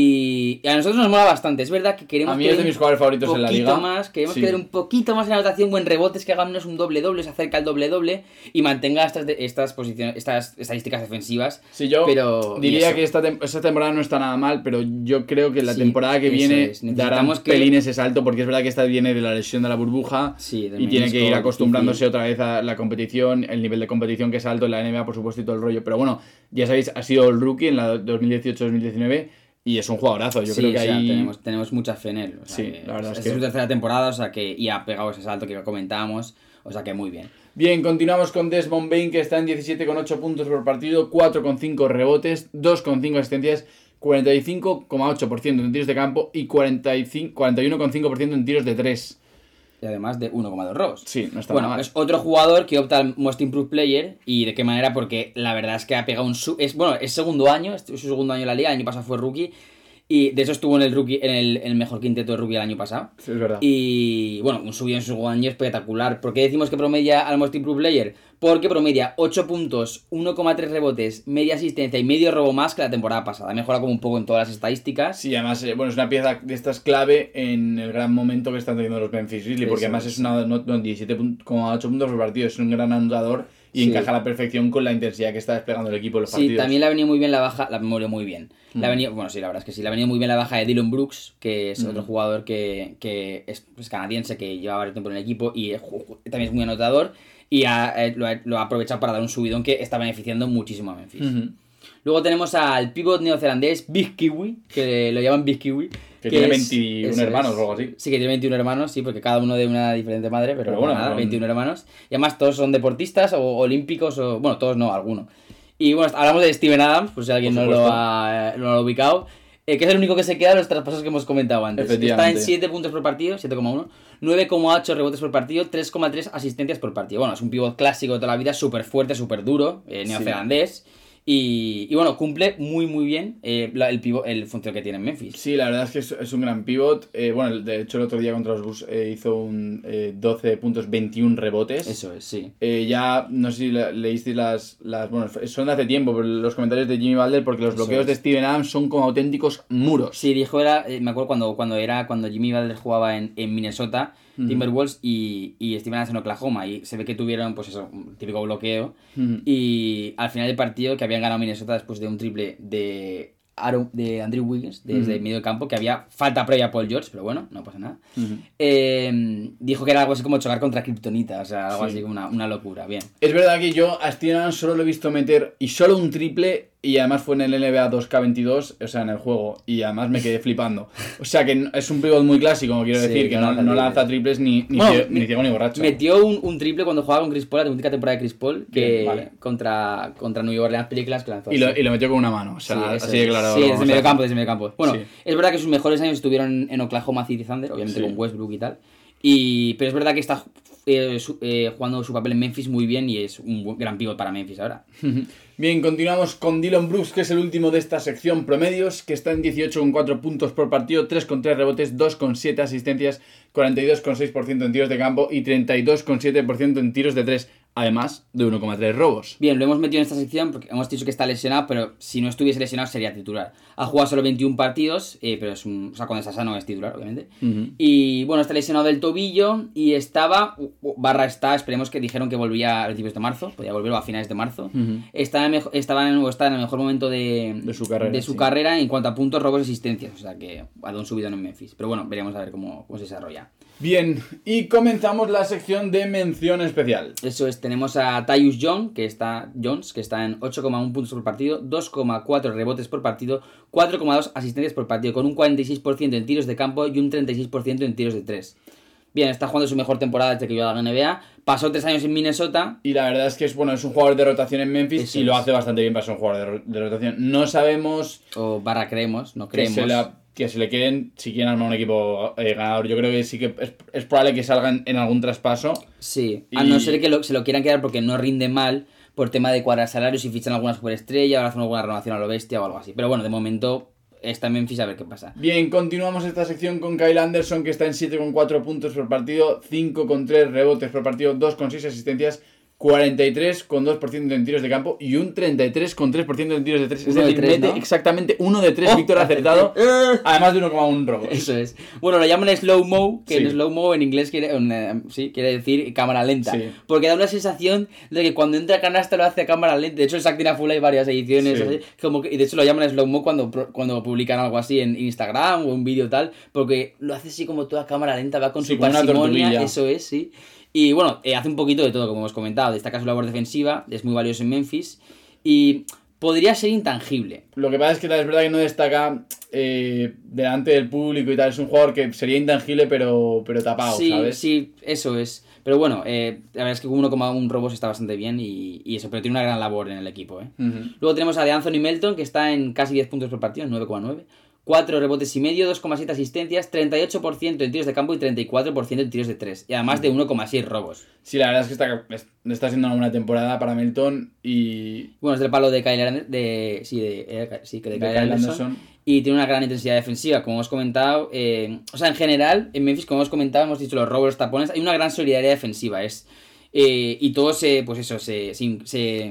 Y a nosotros nos mola bastante, es verdad que queremos A mí que es dé de mis jugadores favoritos en la poquito liga. más, queremos Sí. que dé un poquito más en la anotación, buen rebotes, que haga menos un doble doble, se acerca al doble doble y mantenga estas, de- estas posiciones, estas estadísticas defensivas. Sí, yo Pero, y diría eso. que esta, tem- esta temporada no está nada mal, pero yo creo que la Sí, temporada que eso viene es. dará un Necesitamos que- pelín ese salto, porque es verdad que esta viene de la lesión de la burbuja Sí, del y tiene que menisco ir acostumbrándose difícil. otra vez a la competición, el nivel de competición que es alto en la N B A, por supuesto, y todo el rollo. Pero bueno, ya sabéis, ha sido el rookie en la dos mil dieciocho dos mil diecinueve y es un jugadorazo. Yo Sí, creo que o sea, ahí... tenemos, tenemos mucha fe en él. O sea Sí, que la verdad es esta que- es su tercera temporada, o sea que y ha pegado ese salto que comentábamos, o sea que muy bien. Bien, continuamos con Desmond Bain, que está en diecisiete coma ocho puntos por partido, cuatro coma cinco rebotes, dos coma cinco asistencias, cuarenta y cinco coma ocho por ciento en tiros de campo y cuarenta y cinco, cuarenta y uno coma cinco por ciento en tiros de tres. Y además de uno coma dos robos. Sí, no está Bueno, nada mal. es otro jugador que opta al Most Improved Player. ¿Y de qué manera? Porque la verdad es que ha pegado un... Su es, bueno, es segundo año, es su segundo año en la liga, el año pasado fue rookie. Y de eso estuvo en el rookie en el, en el mejor quinteto de rookie el año pasado. Sí, es verdad. Y bueno, un subido en su segundo año espectacular. ¿Por qué decimos que promedia al Most Improved Player? Porque promedia ocho puntos, uno coma tres rebotes, media asistencia y medio robo más que la temporada pasada. Ha mejorado como un poco en todas las estadísticas. Sí, además, eh, bueno, es una pieza de estas clave en el gran momento que están teniendo los Memphis Grizzlies, porque Eso además es. es una no, no, diecisiete coma ocho puntos por partido, es un gran anotador y Sí. encaja a la perfección con la intensidad que está desplegando el equipo en los Sí, partidos. también le ha venido muy bien la baja, la memoria muy bien. Le ha Mm. venido, bueno, sí, la verdad es que sí, le ha venido muy bien la baja de Dillon Brooks, que es Mm. otro jugador que, que es pues, canadiense, que lleva varios tiempo en el equipo y es ju- ju- también es muy anotador. Y ha, eh, lo, ha, lo ha aprovechado para dar un subidón que está beneficiando muchísimo a Memphis. Ujú. Luego tenemos al pívot neozelandés Big Kiwi, que lo llaman Big Kiwi. Que tiene es- veintiún eso hermanos es. o algo así. Sí, que tiene veintiún hermanos, sí, porque cada uno de una diferente madre, pero, Pero bueno, nada, son- veintiún hermanos. Y además todos son deportistas o olímpicos, o bueno, todos no, alguno. Y bueno, hablamos de Steven Adams, por si alguien Por no lo, supuesto. ha, no lo ha ubicado, eh, que es el único que se queda de los traspasos que hemos comentado antes. Está Efectivamente. en siete puntos por partido, siete coma uno, nueve coma ocho rebotes por partido, tres coma tres asistencias por partido. Bueno, es un pívot clásico de toda la vida, súper fuerte, súper duro, eh, Sí. neozelandés. Y, y bueno, cumple muy muy bien eh, la- el, pivot, el función que tiene en Memphis. Sí, la verdad es que es, es un gran pivot. Eh, bueno, de hecho el otro día contra los Bulls eh, hizo un eh, doce puntos, veintiún rebotes. Eso es, sí. Eh, ya, no sé si le- leísteis las, las... Bueno, son de hace tiempo, pero los comentarios de Jimmy Butler, porque los Eso bloqueos es. de Steven Adams son como auténticos muros. Sí, dijo, era, eh, me acuerdo cuando, cuando era cuando Jimmy Butler jugaba en, en Minnesota, Ujú. Timberwolves y, y Steven Adams en Oklahoma, y se ve que tuvieron, pues eso, un típico bloqueo, Ujú. y al final del partido que habían ganado Minnesota después de un triple de, Aaron, de Andrew Wiggins desde Ujú. medio campo, que había falta previa a Paul George, pero bueno, no pasa nada. Ujú. Eh, dijo que era algo así como chocar contra Kryptonita, o sea, algo Sí. así como una, una locura, bien. Es verdad que yo a Steven Adams solo lo he visto meter y solo un triple y además fue en el N B A dos K veintidós, o sea, en el juego, y además me quedé flipando. O sea que no- es un pivot muy clásico, quiero Sí, decir, que que no, no lanza no lanza triples ni, ni, Bueno, cie- ni me- ciego ni borracho. Metió un, un triple cuando jugaba con Chris Paul, la última temporada de Chris Paul, que Bien, vale. contra, contra New Orleans Pelicans que lanzó Y lo, así. y lo metió con una mano, o sea, Sí, eso así de es. claro. Sí, lo desde vamos a medio hacer. campo, desde medio campo. Bueno, Sí. es verdad que sus mejores años estuvieron en Oklahoma City Thunder, obviamente Sí. con Westbrook y tal. Y, pero es verdad que está eh, su- eh, jugando su papel en Memphis muy bien y es un buen- gran pivot para Memphis ahora. Bien, continuamos con Dillon Brooks, que es el último de esta sección promedios, que está en dieciocho coma cuatro puntos por partido, tres coma tres rebotes, dos coma siete asistencias, cuarenta y dos coma seis por ciento en tiros de campo y treinta y dos coma siete por ciento en tiros de tres. además de uno coma tres robos. Bien, lo hemos metido en esta sección porque hemos dicho que está lesionado, pero si no estuviese lesionado sería titular. Ha jugado solo veintiún partidos, eh, pero es un, o sea, cuando está sano es titular, obviamente. Uh-huh. Y bueno, está lesionado del tobillo y estaba, barra está, esperemos que dijeron que volvía a principios de marzo, podía volver a finales de marzo. Uh-huh. Está en mejor, estaba en, está en el mejor momento de, de su, carrera, de su sí. carrera en cuanto a puntos, robos y asistencias, o sea que ha dado un subidón en Memphis. Pero bueno, veremos a ver cómo, cómo se desarrolla. Bien, y comenzamos la sección de mención especial. Eso es, tenemos a Tyus Jones, que está, Jones, que está en ocho coma uno puntos por partido, dos coma cuatro rebotes por partido, cuatro coma dos asistencias por partido, con un cuarenta y seis por ciento en tiros de campo y un treinta y seis por ciento en tiros de tres. Bien, está jugando su mejor temporada desde que llegó a la N B A, pasó tres años en Minnesota. Y la verdad es que es, bueno, es un jugador de rotación en Memphis. Eso y es. Lo hace bastante bien para ser un jugador de, de rotación. No sabemos... O barra creemos, no creemos. Que se, la, que se le queden, si quieren armar un equipo eh, ganador. Yo creo que sí que es, es probable que salgan en algún traspaso. Sí, y... a no ser que lo, se lo quieran quedar porque no rinde mal por tema de cuadrar salarios y fichan alguna superestrella o hacen alguna renovación a lo bestia o algo así. Pero bueno, de momento... está en Memphis, a ver qué pasa. Bien, continuamos esta sección con Kyle Anderson, que está en siete coma cuatro puntos por partido, cinco coma tres rebotes por partido, dos coma seis asistencias, cuarenta y tres coma dos por ciento en tiros de campo y un treinta y tres coma tres por ciento en tiros de tres. Es decir, mete ¿no? exactamente uno de tres, oh, Víctor acertado, además de uno coma uno robos. Eso es. Bueno, lo llaman slow-mo, que sí. en slow-mo en inglés quiere, una, sí, quiere decir cámara lenta. Sí. Porque da una sensación de que cuando entra a canasta lo hace a cámara lenta. De hecho, el Saktina Full hay varias ediciones. Sí. Así, como que, y de hecho lo llaman slow-mo cuando, cuando publican algo así en Instagram o un vídeo tal, porque lo hace así como toda cámara lenta, va con sí, su parsimonia. Eso es, sí. Y bueno, eh, hace un poquito de todo, como hemos comentado. Destaca su labor defensiva, es muy valioso en Memphis y podría ser intangible. Lo que pasa es que es verdad que no destaca eh, delante del público y tal. Es un jugador que sería intangible pero, pero tapado, sí, ¿sabes? Sí, eso es. Pero bueno, eh, la verdad es que uno coma uno robos está bastante bien y, y eso, pero tiene una gran labor en el equipo. ¿eh? Uh-huh. Luego tenemos a de Anthony Melton, que está en casi diez puntos por partido, nueve coma nueve. cuatro rebotes y medio, dos coma siete asistencias, treinta y ocho por ciento en tiros de campo y treinta y cuatro por ciento en tiros de tres. Y además de uno coma seis robos. Sí, la verdad es que está, está siendo una buena temporada para Melton y... Bueno, es del palo de Kyle Anderson, de, sí, de, sí, de, de Kyle Anderson. Anderson. Y tiene una gran intensidad defensiva, como hemos comentado. Eh, o sea, en general, en Memphis, como hemos comentado, hemos dicho los robos, los tapones, hay una gran solidaridad defensiva. Es eh, y todos se, pues eso, se... se, se,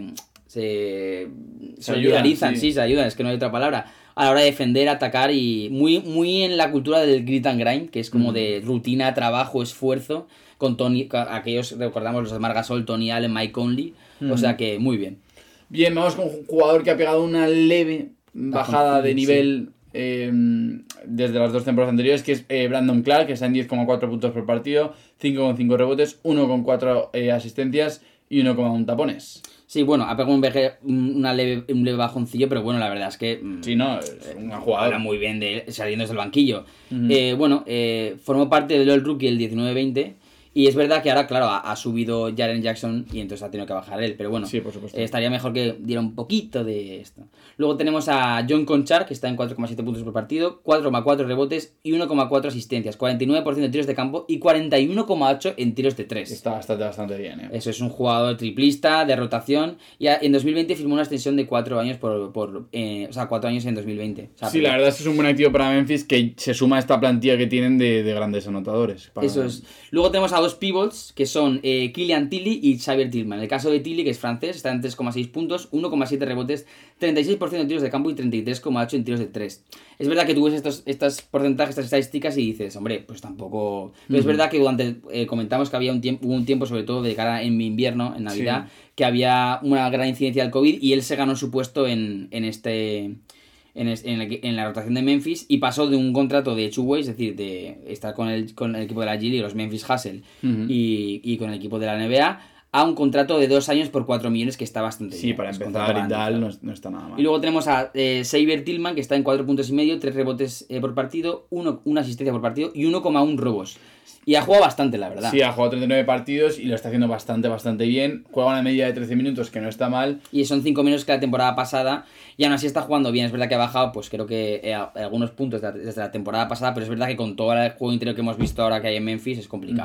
se solidarizan, ayudan, sí. sí, se ayudan, es que no hay otra palabra. A la hora de defender, atacar y muy, muy en la cultura del grit and grind, que es como mm. de rutina, trabajo, esfuerzo, con Tony, aquellos, recordamos los de Margasol, Tony Allen, Mike Conley, mm. o sea que muy bien. Bien, vamos con un jugador que ha pegado una leve bajada de nivel sí. eh, desde las dos temporadas anteriores, que es eh, Brandon Clark, que está en diez coma cuatro puntos por partido, cinco coma cinco rebotes, uno coma cuatro eh, asistencias y uno coma uno tapones. Sí, bueno, ha pegado un, veje, una leve, un leve bajoncillo, pero bueno, la verdad es que... Sí, no, es una jugada. Habla muy bien de él, saliendo desde el banquillo. Uh-huh. Eh, bueno, eh, formó parte del All-Rookie el diecinueve veinte. Y es verdad que ahora, claro, ha, ha subido Jaren Jackson y entonces ha tenido que bajar él. Pero bueno, sí, por supuesto. Eh, estaría mejor que diera un poquito de esto. Luego tenemos a John Conchar, que está en cuatro coma siete puntos por partido, cuatro coma cuatro rebotes y uno coma cuatro asistencias, cuarenta y nueve por ciento en tiros de campo y cuarenta y uno coma ocho en tiros de tres. Está bastante, bastante bien, ¿eh? Eso es un jugador triplista, de rotación. Y en dos mil veinte firmó una extensión de cuatro años por... por eh, o sea, cuatro años en dos mil veinte. O sea, sí, pero... la verdad es que es un buen activo para Memphis que se suma a esta plantilla que tienen de, de grandes anotadores. Para... Eso es. Luego tenemos a dos pivots, que son eh, Killian Tilly y Xavier Tillman. El caso de Tilly, que es francés, está en tres coma seis puntos, uno coma siete rebotes, treinta y seis por ciento en tiros de campo y treinta y tres coma ocho en tiros de tres. Es verdad que tú ves estos, estos porcentajes, estas estadísticas y dices, hombre, pues tampoco... Pero uh-huh. es verdad que durante eh, comentamos que había un tiempo, hubo un tiempo, sobre todo de cara en invierno, en Navidad, sí. que había una gran incidencia del COVID y él se ganó su puesto en, en este... En, en, la, en la rotación de Memphis y pasó de un contrato de two-way, es decir, de estar con el, con el equipo de la G League, los Memphis Hustle, uh-huh. y, y con el equipo de la N B A, a un contrato de dos años por cuatro millones, que está bastante sí, bien. Sí, para empezar y tal, no, no está nada mal. Y luego tenemos a eh, Xavier Tillman, que está en cuatro puntos y medio, tres rebotes eh, por partido, uno, una asistencia por partido y uno coma uno robos. Y ha jugado bastante, la verdad. Sí, ha jugado treinta y nueve partidos y lo está haciendo bastante, bastante bien. Juega una media de trece minutos, que no está mal. Y son cinco menos que la temporada pasada. Y aún así está jugando bien. Es verdad que ha bajado, pues creo que eh, algunos puntos desde la temporada pasada. Pero es verdad que con todo el juego interior que hemos visto ahora que hay en Memphis es complicado. Mm.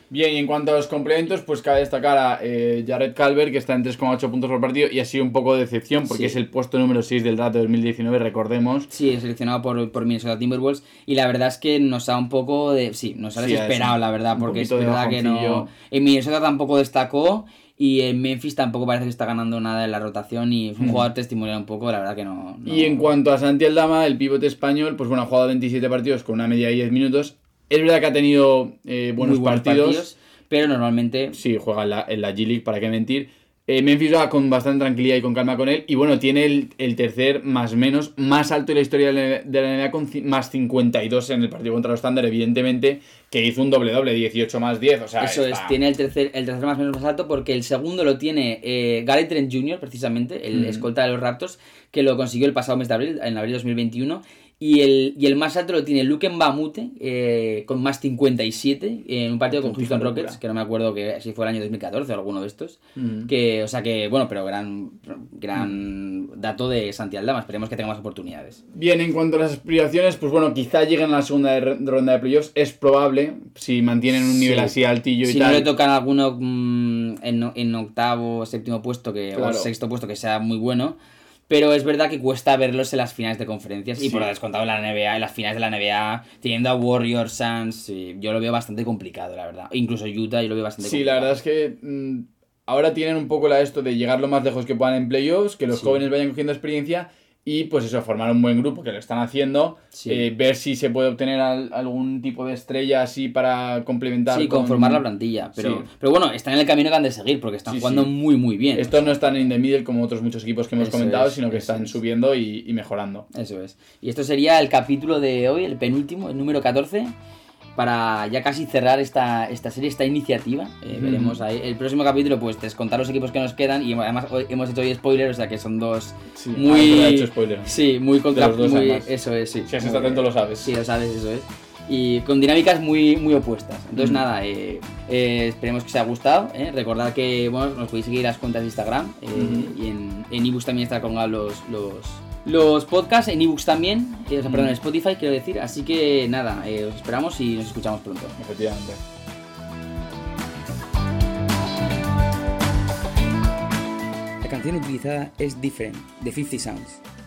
Bien, y en cuanto a los complementos, pues cabe destacar a eh, Jared Culver, que está en tres coma ocho puntos por partido, y ha sido un poco de decepción, porque sí. es el puesto número seis del draft de dos mil diecinueve, recordemos. Sí, seleccionado por, por Minnesota Timberwolves, y la verdad es que nos ha un poco de... Sí, nos ha desesperado, sí, la verdad, porque es verdad que no... En Minnesota tampoco destacó, y en Memphis tampoco parece que está ganando nada en la rotación, y es un mm. jugador testimonial un poco, la verdad que no, no... Y en cuanto a Santi Aldama, el pivote español, pues bueno, ha jugado veintisiete partidos con una media de diez minutos. Es verdad que ha tenido eh, buenos, buenos partidos, partidos, pero normalmente... Sí, juega en la, en la G-League, para qué mentir. Eh, Memphis va con bastante tranquilidad y con calma con él. Y bueno, tiene el, el tercer más menos más alto de la historia de la N B A con c- más cincuenta y dos en el partido contra los Thunder, evidentemente, que hizo un doble-doble, dieciocho más diez. O sea, eso está... es, tiene el tercer, el tercer más menos más alto porque el segundo lo tiene eh, Gary Trent junior, precisamente, el mm. escolta de los Raptors, que lo consiguió el pasado mes de abril, en abril de dos mil veintiuno. Y el, y el más alto lo tiene Luke Mbamute, eh, con más cincuenta y siete, en un partido con Houston Rockets, que no me acuerdo que si fue el año dos mil catorce o alguno de estos. Mm. Que, o sea que, bueno, pero gran, gran mm. dato de Santi Aldama. Esperemos que tenga más oportunidades. Bien, en cuanto a las aspiraciones, pues bueno, quizá lleguen a la segunda de ronda de playoffs. Es probable, si mantienen un nivel sí. así altillo y si tal. Si no le tocan alguno mmm, en, en octavo, séptimo puesto, que, claro. o sexto puesto, que sea muy bueno. Pero es verdad que cuesta verlos en las finales de conferencias. Sí. Y por descontado en la N B A, en las finales de la N B A, teniendo a Warriors, Suns, sí, yo lo veo bastante complicado, la verdad. Incluso Utah yo lo veo bastante sí, complicado. Sí, la verdad es que mmm, ahora tienen un poco la esto de llegar lo más lejos que puedan en playoffs, que los sí. jóvenes vayan cogiendo experiencia y pues eso, formar un buen grupo, que lo están haciendo, sí. eh, ver si se puede obtener al, algún tipo de estrella así para complementar. Sí, con... conformar la plantilla, pero, sí. pero bueno, están en el camino que han de seguir, porque están sí, jugando sí. muy muy bien. Estos no están in the middle como otros muchos equipos que hemos eso comentado, es, sino que están es. subiendo y, y mejorando. Eso es. Y esto sería el capítulo de hoy, el penúltimo, el número catorce, para ya casi cerrar esta, esta serie, esta iniciativa. Eh, mm. Veremos ahí. El próximo capítulo, pues, descontar los equipos que nos quedan. Y además hoy, hemos hecho hoy spoilers, o sea que son dos sí. muy... Ah, he hecho spoiler. Sí, muy contra... De los dos muy... además. Eso es, sí. Si has estado atento lo sabes. Sí, lo sabes, eso es. Y con dinámicas muy, muy opuestas. Entonces, mm. nada, eh, eh, esperemos que os haya gustado. ¿eh? Recordad que, bueno, nos podéis seguir las cuentas de Instagram. Eh, mm. Y en, en ebooks también están colgados los... los Los podcasts en ebooks también, eh, o sea, perdón, en Spotify quiero decir, así que nada, eh, os esperamos y nos escuchamos pronto. Efectivamente. La canción utilizada es Different, de fifty Sounds.